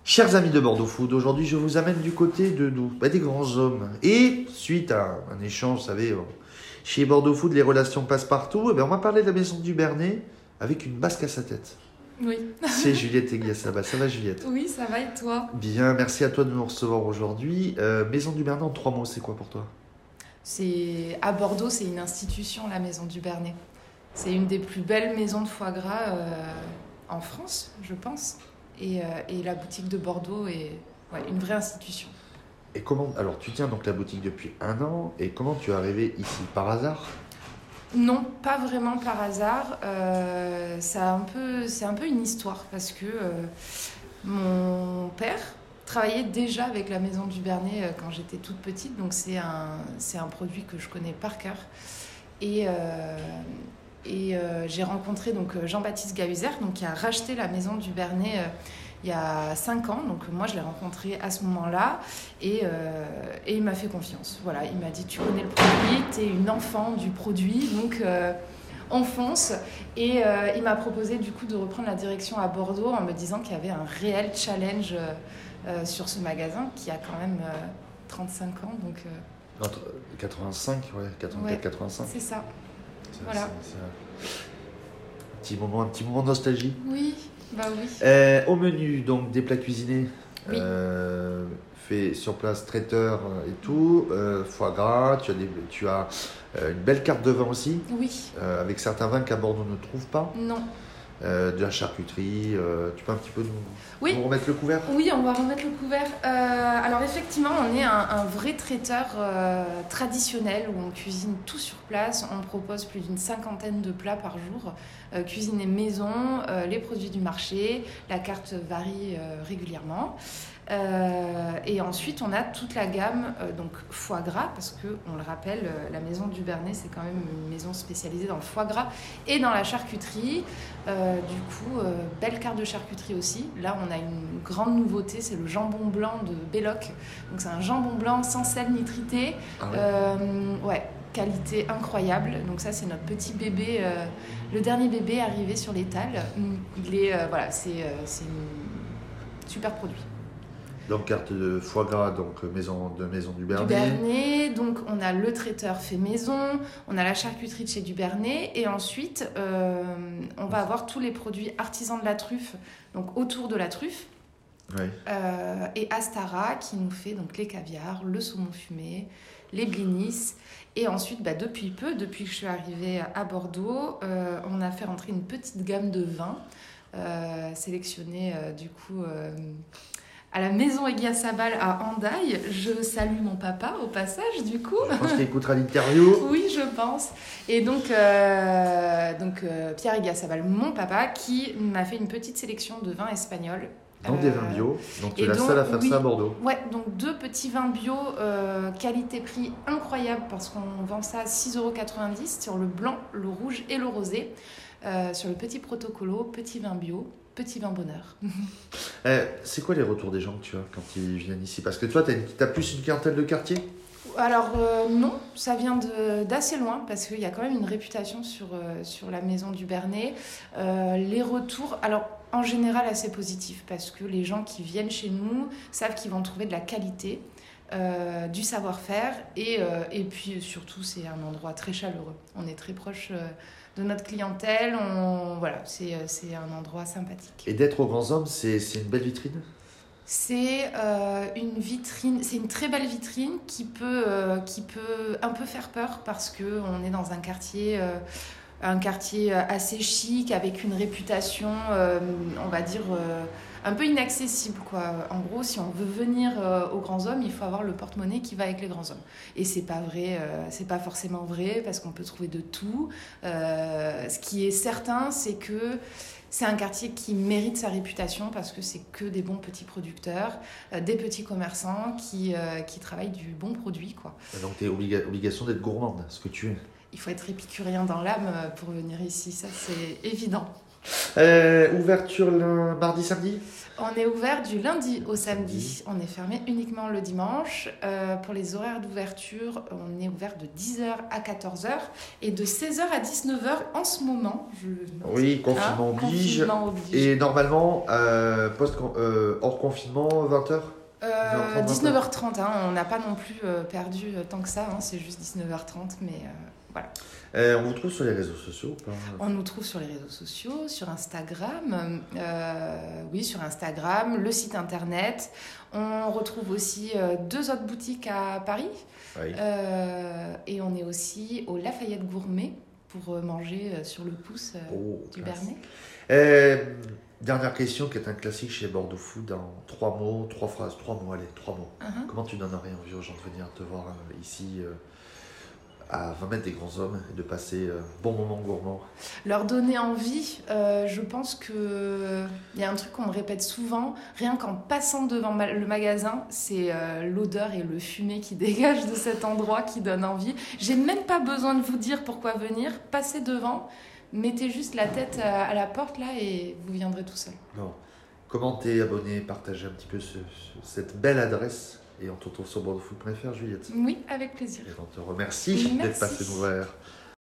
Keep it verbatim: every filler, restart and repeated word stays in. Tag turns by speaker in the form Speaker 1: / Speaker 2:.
Speaker 1: Chers amis de Bordeaux Food, aujourd'hui je vous amène du côté de nous, bah, des grands hommes. Et suite à un échange, vous savez, euh, chez Bordeaux Food, les relations passent partout, et ben on m'a parlé de la maison du Bernet avec une basque à sa tête.
Speaker 2: Oui.
Speaker 1: C'est Juliette Eguiassaba. Ça va Juliette?
Speaker 2: Oui, ça va et toi?
Speaker 1: Bien, merci à toi de nous recevoir aujourd'hui. Euh, maison du Bernet en trois mots, c'est quoi pour toi?
Speaker 2: C'est à Bordeaux, c'est une institution, la maison du Bernet. C'est une des plus belles maisons de foie gras euh, en France, je pense. Et, euh, et la boutique de Bordeaux est ouais, une vraie institution.
Speaker 1: Et comment, alors tu tiens donc la boutique depuis un an, et comment tu es arrivé ici? Par hasard?
Speaker 2: Non, pas vraiment par hasard. Euh, ça a un peu, c'est un peu une histoire parce que euh, mon père travaillait déjà avec la maison du Bernet euh, quand j'étais toute petite, donc c'est un, c'est un produit que je connais par cœur. Et, euh, et euh, j'ai rencontré donc Jean-Baptiste Gahuzer, donc qui a racheté la maison du Bernet euh, il y a cinq ans. Donc moi je l'ai rencontré à ce moment-là et, euh, et il m'a fait confiance. Voilà, il m'a dit tu connais le produit, tu es une enfant du produit, donc euh, on fonce. Et euh, il m'a proposé du coup de reprendre la direction à Bordeaux en me disant qu'il y avait un réel challenge euh, sur ce magasin qui a quand même euh, trente-cinq ans. Donc, euh...
Speaker 1: Entre quatre-vingt-cinq, ouais, quatre-vingt-quatre quatre-vingt-cinq.
Speaker 2: C'est ça.
Speaker 1: C'est,
Speaker 2: voilà.
Speaker 1: C'est, c'est un... Petit moment, un petit moment de nostalgie.
Speaker 2: Oui, bah oui.
Speaker 1: Euh, au menu, donc des plats cuisinés,
Speaker 2: oui.
Speaker 1: euh, fait sur place, traiteur et tout, euh, foie gras, tu as, des, tu as euh, une belle carte de vin aussi,
Speaker 2: oui.
Speaker 1: euh, avec certains vins qu'à Bordeaux ne trouve pas.
Speaker 2: Non.
Speaker 1: Euh, de la charcuterie, euh, tu peux un petit peu nous,
Speaker 2: oui.
Speaker 1: nous remettre le couvert?
Speaker 2: Oui, on va remettre le couvert. Euh, alors effectivement, on est un, un vrai traiteur euh, traditionnel où on cuisine tout sur place. On propose plus d'une cinquantaine de plats par jour, euh, cuisinés maison, euh, les produits du marché. La carte varie euh, régulièrement. Euh, et ensuite, on a toute la gamme euh, donc foie gras, parce que on le rappelle, euh, la maison du Bernet, c'est quand même une maison spécialisée dans le foie gras et dans la charcuterie. Euh, du coup, euh, belle carte de charcuterie aussi. Là, on a une grande nouveauté, c'est le jambon blanc de Belloc. Donc, c'est un jambon blanc sans sel nitrité.
Speaker 1: Ah ouais.
Speaker 2: Euh, ouais, qualité incroyable. Donc, ça, c'est notre petit bébé, euh, le dernier bébé arrivé sur l'étal. Il est, euh, voilà, c'est, euh, c'est un super produit.
Speaker 1: Donc carte de foie gras, donc maison de maison du Bernet.
Speaker 2: Du Bernet, donc on a le traiteur fait maison, on a la charcuterie de chez du Bernet, et ensuite euh, on va avoir tous les produits artisans de la truffe, donc autour de la truffe.
Speaker 1: Oui.
Speaker 2: Euh, et Astara qui nous fait donc les caviars, le saumon fumé, les blinis. Et ensuite, bah, depuis peu, depuis que je suis arrivée à Bordeaux, euh, on a fait rentrer une petite gamme de vins euh, sélectionnés euh, du coup. Euh, à la maison Eguiassaba à Hendaye. Je salue mon papa au passage, du coup.
Speaker 1: Je pense qu'il écoutera l'interview.
Speaker 2: Oui, je pense. Et donc, euh, donc euh, Pierre Eguiassaba, mon papa, qui m'a fait une petite sélection de vins espagnols.
Speaker 1: Donc euh, des vins bio. Donc tu es la
Speaker 2: donc,
Speaker 1: seule à faire
Speaker 2: oui,
Speaker 1: ça à Bordeaux.
Speaker 2: Ouais, donc deux petits vins bio, euh, qualité-prix incroyable, parce qu'on vend ça à six euros quatre-vingt-dix sur le blanc, le rouge et le rosé. Euh, sur le petit protocolo, petit vin bio. Petit vin bonheur.
Speaker 1: euh, c'est quoi les retours des gens que tu as quand ils viennent ici? Parce que toi, tu as plus une clientèle de quartier?
Speaker 2: Alors euh, non, ça vient de, d'assez loin, parce qu'il y a quand même une réputation sur, euh, sur la maison du Bernet. Euh, les retours, alors en général assez positifs, parce que les gens qui viennent chez nous savent qu'ils vont trouver de la qualité, euh, du savoir-faire, et, euh, et puis surtout c'est un endroit très chaleureux. On est très proche euh, de notre clientèle, on, voilà, c'est, c'est un endroit sympathique.
Speaker 1: Et d'être aux Grands Hommes, c'est, c'est une belle vitrine?
Speaker 2: C'est euh, une vitrine, c'est une très belle vitrine qui peut, euh, qui peut un peu faire peur, parce qu'on est dans un quartier, euh, un quartier assez chic, avec une réputation, euh, on va dire, euh, un peu inaccessible, quoi. En gros, si on veut venir euh, aux Grands Hommes, il faut avoir le porte-monnaie qui va avec les Grands Hommes. Et c'est pas vrai, euh, c'est pas forcément vrai, parce qu'on peut trouver de tout. Euh, ce qui est certain, c'est que c'est un quartier qui mérite sa réputation, parce que c'est que des bons petits producteurs, euh, des petits commerçants qui, euh, qui travaillent du bon produit, quoi.
Speaker 1: Donc tu as obliga- obligation d'être gourmande, ce que tu es.
Speaker 2: Il faut être épicurien dans l'âme pour venir ici, ça c'est évident.
Speaker 1: Euh, ouverture le mardi, samedi?
Speaker 2: On est ouvert du lundi au samedi. On est fermé uniquement le dimanche. Euh, pour les horaires d'ouverture, on est ouvert de dix heures à quatorze heures et de seize heures à dix-neuf heures en ce moment. Je...
Speaker 1: Oui, confinement
Speaker 2: Ah,
Speaker 1: oblige.
Speaker 2: confinement oblige.
Speaker 1: Et normalement, euh, post euh, hors confinement, vingt heures?
Speaker 2: Euh, dix-neuf heures trente, hein, on n'a pas non plus euh, perdu euh, tant que ça, hein, c'est juste dix-neuf heures trente, mais euh, voilà.
Speaker 1: Euh, on vous trouve sur les réseaux sociaux ou pas?
Speaker 2: On nous trouve sur les réseaux sociaux, sur Instagram, euh, oui, sur Instagram, le site internet. On retrouve aussi euh, deux autres boutiques à Paris.
Speaker 1: Oui.
Speaker 2: Euh, et on est aussi au Lafayette Gourmet pour manger sur le pouce euh,
Speaker 1: Oh,
Speaker 2: du
Speaker 1: classe.
Speaker 2: Bernay.
Speaker 1: Euh, dernière question qui est un classique chez Bordeaux Food en trois mots, trois phrases, trois mots, allez, trois mots.
Speaker 2: Uh-huh.
Speaker 1: Comment tu donnerais envie aux gens de venir te voir euh, ici euh, à vingt mètres des grands hommes et de passer euh, bon moment gourmand?
Speaker 2: Leur donner envie, euh, je pense que il y a un truc qu'on me répète souvent, rien qu'en passant devant ma- le magasin, c'est euh, l'odeur et le fumet qui dégage de cet endroit qui donne envie. J'ai même pas besoin de vous dire pourquoi venir, passez devant, mettez juste la tête à, à la porte là et vous viendrez tout seul.
Speaker 1: Non. Commentez, abonnez, partagez un petit peu ce- ce- cette belle adresse et on te retrouve sur bordeaux food point f r, Juliette.
Speaker 2: Oui, avec plaisir.
Speaker 1: Et on te remercie d'être
Speaker 2: Merci.
Speaker 1: passé nous voir.